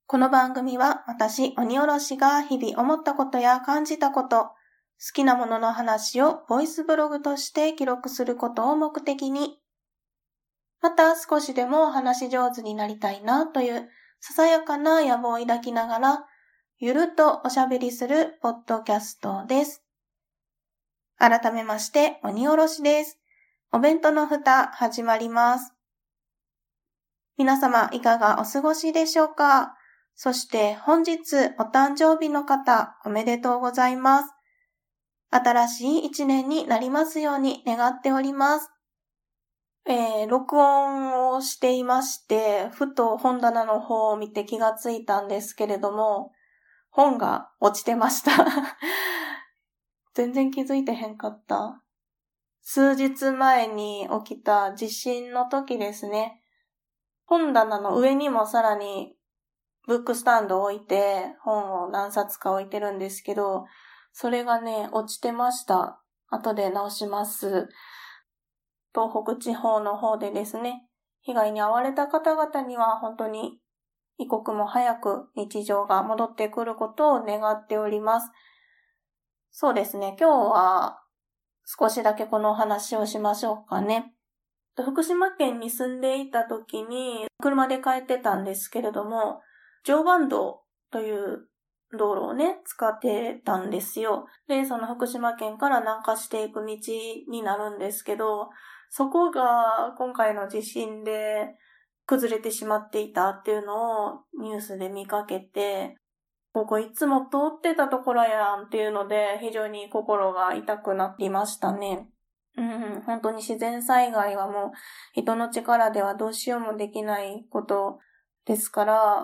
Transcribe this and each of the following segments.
この番組は私、鬼おろしが日々思ったことや感じたこと、好きなものの話をボイスブログとして記録することを目的に、また少しでも話し上手になりたいなというささやかな野望を抱きながら、ゆるっとおしゃべりするポッドキャストです。改めまして、鬼おろしです。お弁当の蓋始まります。皆様いかがお過ごしでしょうか？そして本日お誕生日の方おめでとうございます。新しい一年になりますように願っております。録音をしていまして、ふと本棚の方を見て気がついたんですけれども、本が落ちてました。全然気づいてへんかった。数日前に起きた地震の時ですね。本棚の上にもさらにブックスタンドを置いて本を何冊か置いてるんですけど、それがね、落ちてました。後で直します。東北地方の方でですね、被害に遭われた方々には本当に一刻も早く日常が戻ってくることを願っております。そうですね、今日は少しだけこのお話をしましょうかね。福島県に住んでいた時に車で帰ってたんですけれども、常磐道という道路をね、使ってたんですよ。で、その福島県から南下していく道になるんですけど、そこが今回の地震で崩れてしまっていたっていうのをニュースで見かけて、ここいつも通ってたところやんっていうので非常に心が痛くなっていましたね。本当に自然災害はもう人の力ではどうしようもできないことですから、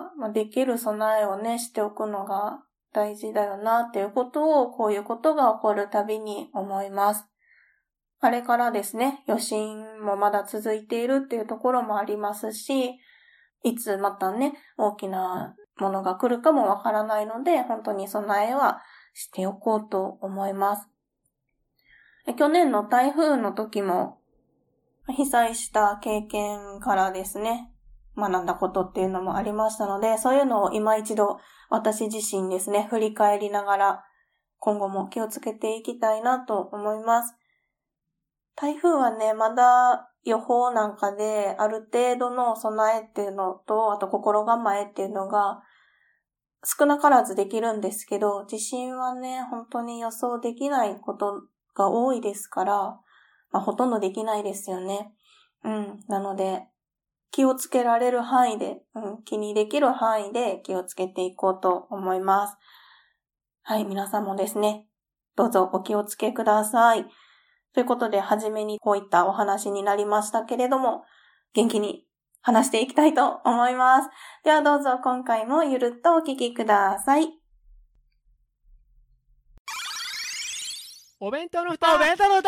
できる備えをね、しておくのが大事だよなっていうことを、こういうことが起こるたびに思います。あれからですね、余震もまだ続いているっていうところもありますし、いつまたね、大きなものが来るかもわからないので、本当に備えはしておこうと思います。去年の台風の時も被災した経験からですね、学んだことっていうのもありましたので、そういうのを今一度私自身ですね、振り返りながら今後も気をつけていきたいなと思います。台風はね、まだ予報なんかである程度の備えっていうのと、あと心構えっていうのが少なからずできるんですけど、地震はね、本当に予想できないことが多いですから、ほとんどできないですよね。なので、気をつけられる範囲で、気にできる範囲で気をつけていこうと思います。はい、皆さんもですね、どうぞお気をつけください。ということで、はじめにこういったお話になりましたけれども、元気に話していきたいと思います。ではどうぞ今回もゆるっとお聞きください。 お弁当の蓋。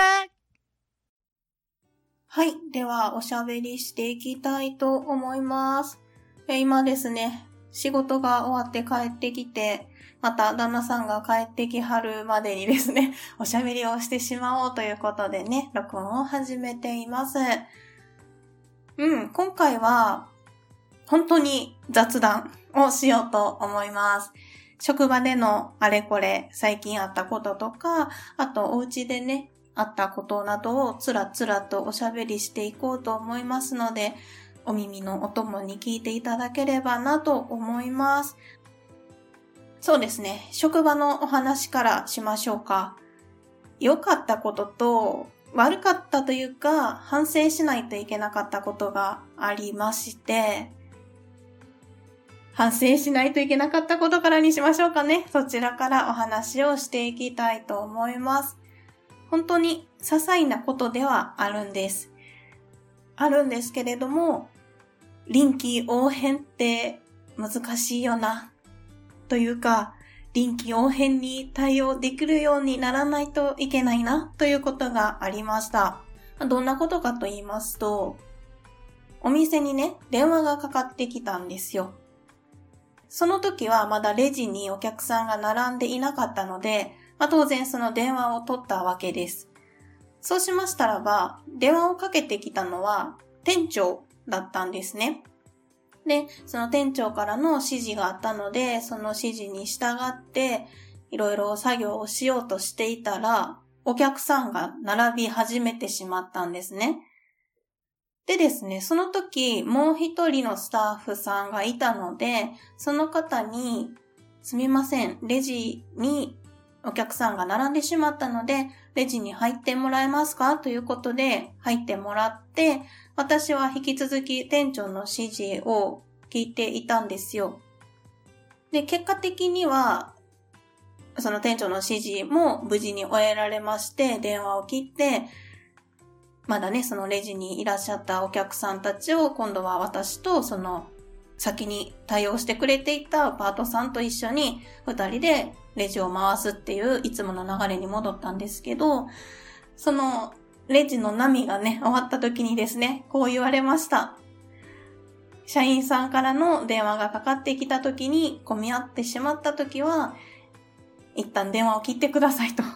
はい。では、おしゃべりしていきたいと思います。今ですね、仕事が終わって帰ってきて、また旦那さんが帰ってきはるまでにですね、おしゃべりをしてしまおうということでね、録音を始めています。今回は、本当に雑談をしようと思います。職場でのあれこれ、最近あったこととか、あとお家でね、あったことなどをつらつらとおしゃべりしていこうと思いますので、お耳のお供に聞いていただければなと思います。そうですね、職場のお話からしましょうか。良かったことと悪かったというか、反省しないといけなかったことがありまして、反省しないといけなかったことからにしましょうかね。そちらからお話をしていきたいと思います。本当に些細なことではあるんです。あるんですけれども、臨機応変って難しいよな。というか、臨機応変に対応できるようにならないといけないなということがありました。どんなことかと言いますと、お店にね、電話がかかってきたんですよ。その時はまだレジにお客さんが並んでいなかったので、当然その電話を取ったわけです。そうしましたらば、電話をかけてきたのは店長だったんですね。 で、その店長からの指示があったので、その指示に従っていろいろ作業をしようとしていたら、お客さんが並び始めてしまったんですね。でですね、その時もう一人のスタッフさんがいたので、その方に、すみません、レジにお客さんが並んでしまったので、レジに入ってもらえますかということで入ってもらって、私は引き続き店長の指示を聞いていたんですよ。で、結果的には、その店長の指示も無事に終えられまして、電話を切って、まだね、そのレジにいらっしゃったお客さんたちを今度は私とその先に対応してくれていたパートさんと一緒に2人でレジを回すっていういつもの流れに戻ったんですけど、そのレジの波がね、終わった時にですね、こう言われました。社員さんからの電話がかかってきた時に混み合ってしまった時は、一旦電話を切ってくださいと。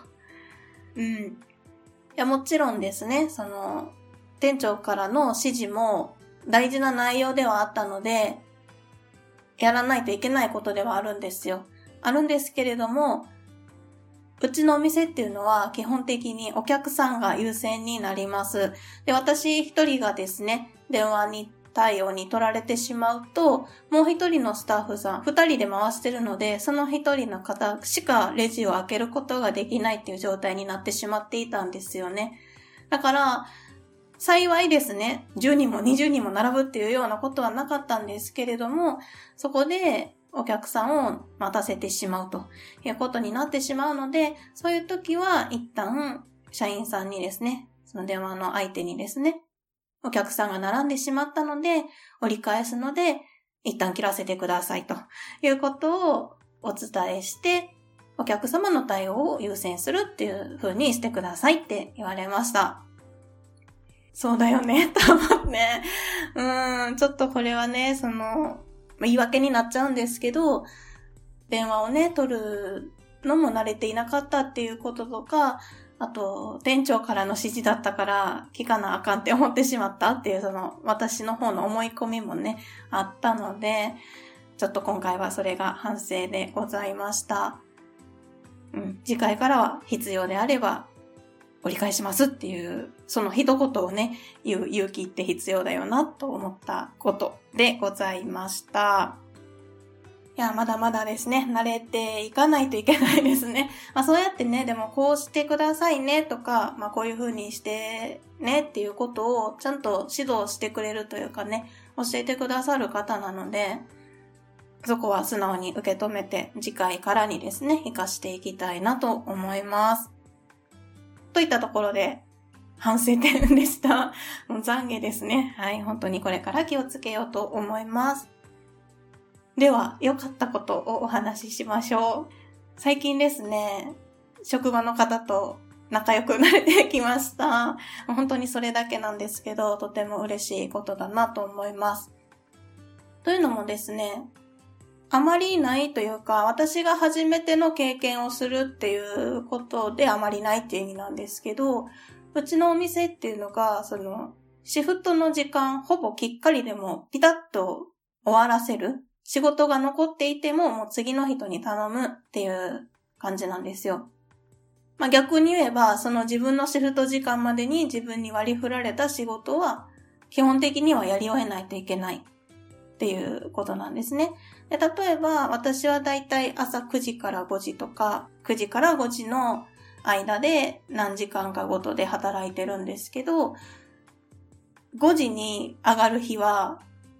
いや、もちろんですね、その、店長からの指示も大事な内容ではあったので、やらないといけないことではあるんですよ。あるんですけれども、うちのお店っていうのは基本的にお客さんが優先になります。で、私一人がですね、電話に対応に取られてしまうと、もう一人のスタッフさん、二人で回してるので、その一人の方しかレジを開けることができないっていう状態になってしまっていたんですよね。だから、幸いですね、10人も20人も並ぶっていうようなことはなかったんですけれども、そこでお客さんを待たせてしまうということになってしまうので、そういう時は一旦社員さんにですね、その電話の相手にですね、お客さんが並んでしまったので、折り返すので、一旦切らせてくださいということをお伝えして、お客様の対応を優先するっていう風にしてくださいって言われました。そうだよね、と思って。ちょっとこれはね、言い訳になっちゃうんですけど、電話をね、取るのも慣れていなかったっていうこととか、あと、店長からの指示だったから聞かなあかんって思ってしまったっていう私の方の思い込みもね、あったので、ちょっと今回はそれが反省でございました。次回からは必要であれば折り返しますっていう、その一言をね、言う勇気って必要だよなと思ったことでございました。いや、まだまだですね、慣れていかないといけないですね。そうやってね、でもこうしてくださいねとか、こういう風にしてねっていうことをちゃんと指導してくれるというかね、教えてくださる方なので、そこは素直に受け止めて次回からにですね、活かしていきたいなと思います。といったところで、反省点でした。もう懺悔ですね。はい、本当にこれから気をつけようと思います。では、良かったことをお話ししましょう。最近ですね、職場の方と仲良くなれてきました。本当にそれだけなんですけど、とても嬉しいことだなと思います。というのもですね、あまりないというか、私が初めての経験をするっていうことであまりないっていう意味なんですけど、うちのお店っていうのが、シフトの時間ほぼきっかりでもピタッと終わらせる。仕事が残っていてももう次の人に頼むっていう感じなんですよ。逆に言えば、その自分のシフト時間までに自分に割り振られた仕事は基本的にはやり終えないといけないっていうことなんですね。で、例えば私はだいたい朝9時から5時とか、9時から5時の間で何時間かごとで働いてるんですけど、5時に上がる日は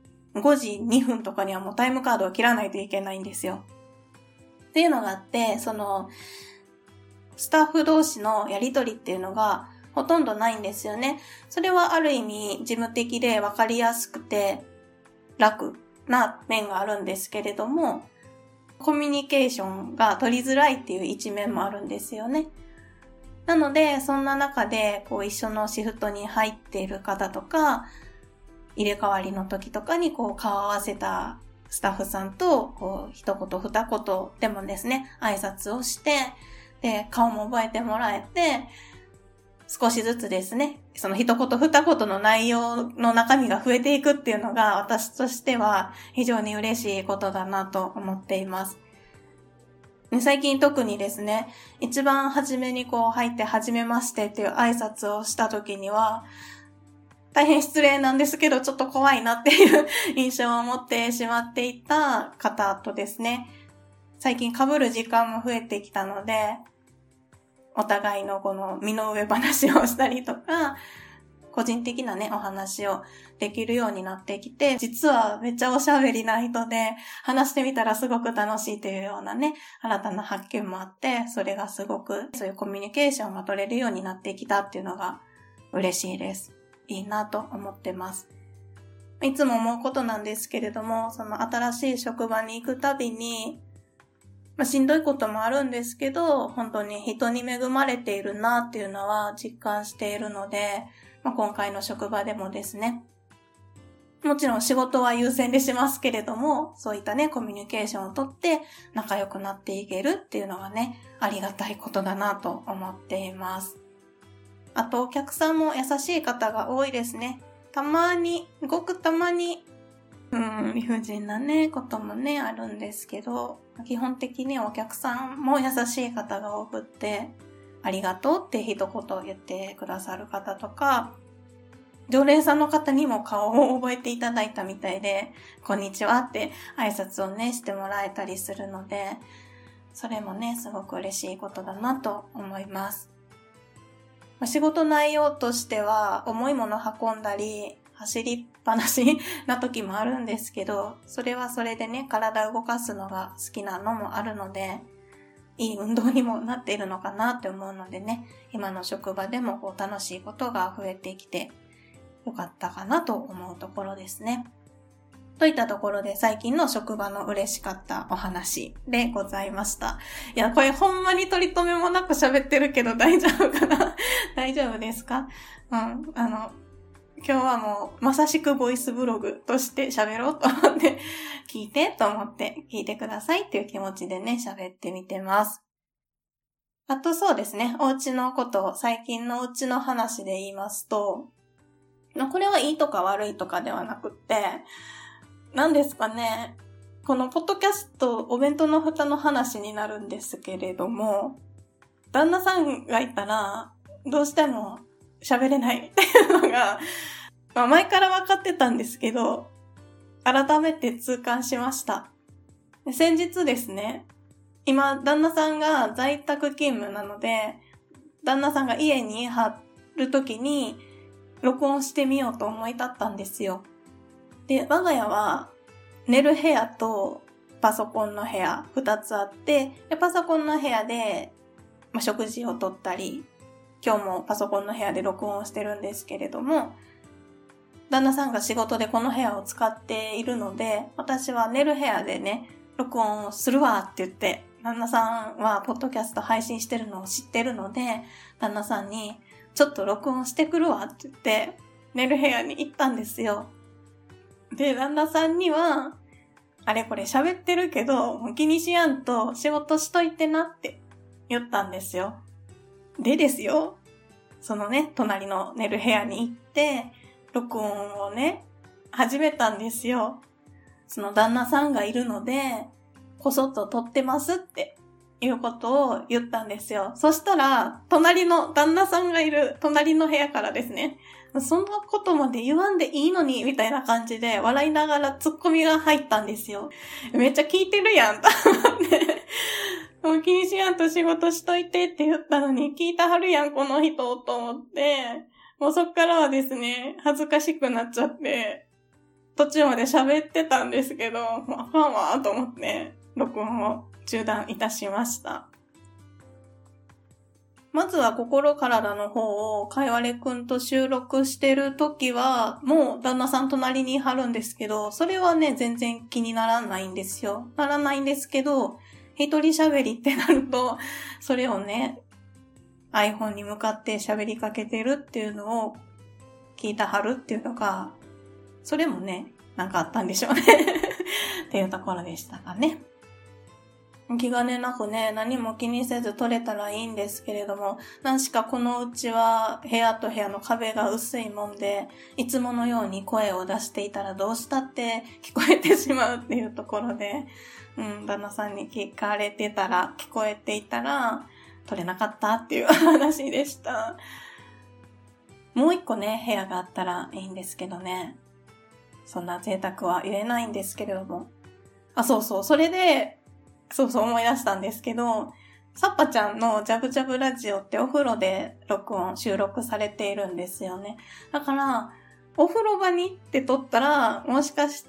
5時2分とかにはもうタイムカードを切らないといけないんですよ。っていうのがあって、スタッフ同士のやりとりっていうのがほとんどないんですよね。それはある意味事務的で分かりやすくて楽な面があるんですけれども、コミュニケーションが取りづらいっていう一面もあるんですよね。なので、そんな中で一緒のシフトに入っている方とか、入れ替わりの時とかに顔を合わせたスタッフさんと一言二言でもですね、挨拶をして、で、顔も覚えてもらえて、 少しずつですね、その一言二言の内容の中身が増えていくっていうのが私としては非常に嬉しいことだなと思っています。最近特にですね、一番初めに入って初めましてっていう挨拶をした時には、大変失礼なんですけどちょっと怖いなっていう印象を持ってしまっていた方とですね、最近被る時間も増えてきたので、お互いのこの身の上話をしたりとか、個人的なね、お話をできるようになってきて、実はめっちゃおしゃべりな人で、話してみたらすごく楽しいというようなね、新たな発見もあって、それがすごく、そういうコミュニケーションが取れるようになってきたっていうのが嬉しいです。いいなと思ってます。いつも思うことなんですけれども、その新しい職場に行くたびに、しんどいこともあるんですけど、本当に人に恵まれているなっていうのは実感しているので、今回の職場でもですね、もちろん仕事は優先でしますけれども、そういったね、コミュニケーションをとって仲良くなっていけるっていうのがね、ありがたいことだなと思っています。あと、お客さんも優しい方が多いですね。たまに、ごくたまに、理不尽なね、こともね、あるんですけど、基本的にお客さんも優しい方が多くって、ありがとうって一言言ってくださる方とか、常連さんの方にも顔を覚えていただいたみたいで、こんにちはって挨拶をね、してもらえたりするので、それもね、すごく嬉しいことだなと思います。仕事内容としては、重いもの運んだり、走りっぱなしな時もあるんですけど、それはそれでね、体を動かすのが好きなのもあるので、いい運動にもなっているのかなって思うのでね、今の職場でも楽しいことが増えてきてよかったかなと思うところですね。といったところで最近の職場の嬉しかったお話でございました。いや、これほんまに取り留めもなく喋ってるけど大丈夫かな大丈夫ですか？今日はもうまさしくボイスブログとして喋ろうと思って聞いてと思って聞いてくださいっていう気持ちでね喋ってみてます。あとそうですね、お家のこと、最近のお家の話で言いますと、これはいいとか悪いとかではなくって、何ですかね、このポッドキャストお弁当の蓋の話になるんですけれども、旦那さんがいたらどうしても喋れないっていうのが、前から分かってたんですけど、改めて痛感しました。先日ですね、今、旦那さんが在宅勤務なので、旦那さんが家に貼るときに、録音してみようと思い立ったんですよ。で、我が家は、寝る部屋とパソコンの部屋2つあって、でパソコンの部屋で、食事をとったり、今日もパソコンの部屋で録音をしてるんですけれども、旦那さんが仕事でこの部屋を使っているので、私は寝る部屋でね、録音をするわって言って、旦那さんはポッドキャスト配信してるのを知ってるので、旦那さんにちょっと録音してくるわって言って、寝る部屋に行ったんですよ。で、旦那さんには、あれこれ喋ってるけど、もう気にしやんと仕事しといてなって言ったんですよ。でですよ、そのね、隣の寝る部屋に行って、録音をね、始めたんですよ。その旦那さんがいるので、こそっと撮ってますっていうことを言ったんですよ。そしたら、隣の旦那さんがいる隣の部屋からですね、そんなことまで言わんでいいのにみたいな感じで笑いながらツッコミが入ったんですよ。めっちゃ聞いてるやんと思って。もう気にしやんと仕事しといてって言ったのに聞いたはるやんこの人と思って、もうそっからはですね、恥ずかしくなっちゃって、途中まで喋ってたんですけど、もうあかんわと思って、録音を中断いたしました。まずは心体の方をかいわれくんと収録してるときは、もう旦那さん隣に貼るんですけど、それはね、全然気にならないんですよ。ならないんですけど、一人喋りってなると、それをね、iPhone に向かって喋りかけてるっていうのを聞いたはるっていうのが、それもね、なんかあったんでしょうねっていうところでしたかね。 気兼ねなくね、何も気にせず撮れたらいいんですけれども、何しかこのうちは部屋と部屋の壁が薄いもんで、いつものように声を出していたらどうしたって聞こえてしまうっていうところで、旦那さんに聞かれてたら、聞こえていたら、撮れなかったっていう話でした。もう一個ね、部屋があったらいいんですけどね。そんな贅沢は言えないんですけれども。それで、思い出したんですけど、さっぱちゃんのジャブジャブラジオってお風呂で収録されているんですよね。だから、お風呂場に行って撮ったら、もしかして、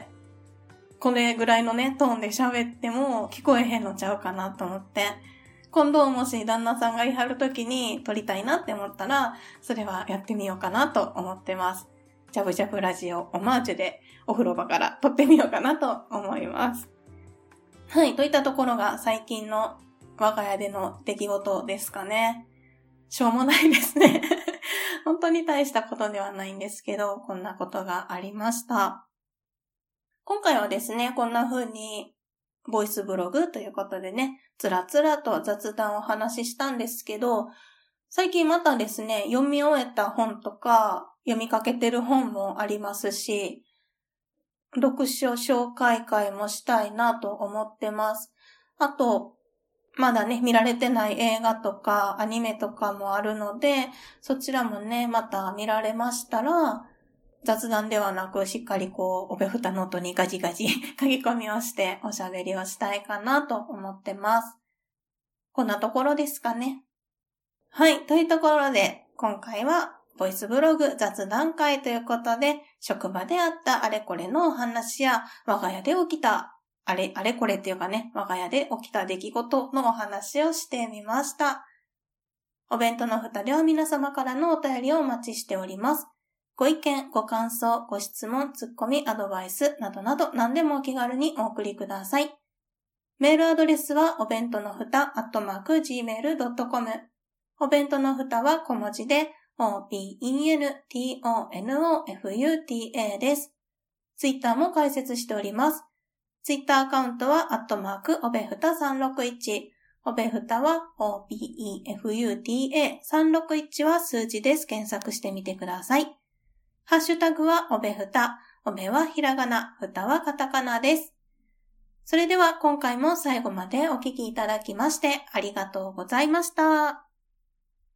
これぐらいのね、トーンで喋っても聞こえへんのちゃうかなと思って、今度もし旦那さんがいはるときに撮りたいなって思ったら、それはやってみようかなと思ってます。ジャブジャブラジオオマージュでお風呂場から撮ってみようかなと思います。はい、といったところが最近の我が家での出来事ですかね。しょうもないですね。本当に大したことではないんですけど、こんなことがありました。今回はですね、こんな風にボイスブログということでね、つらつらと雑談をお話ししたんですけど、最近またですね、読み終えた本とか、読みかけてる本もありますし、読書紹介会もしたいなと思ってます。あと、まだね、見られてない映画とかアニメとかもあるので、そちらもね、また見られましたら、雑談ではなくしっかりおべふたノートにガジガジ書き込みをしておしゃべりをしたいかなと思ってます。こんなところですかね。はい、というところで、今回はボイスブログ雑談会ということで、職場であったあれこれのお話や、我が家で起きたあれこれっていうかね、我が家で起きた出来事のお話をしてみました。お弁当の蓋では皆様からのお便りをお待ちしております。ご意見、ご感想、ご質問、ツッコミ、アドバイスなどなど何でもお気軽にお送りください。メールアドレスはお弁当のふた@gmail.com。お弁当のふたは小文字で OBENTONOFUTA です。ツイッターも開設しております。ツイッターアカウントはおべふた361。おべふたは OBEFUTA361 は数字です。検索してみてください。ハッシュタグはおべふた。おべはひらがな、ふたはカタカナです。それでは今回も最後までお聞きいただきましてありがとうございました。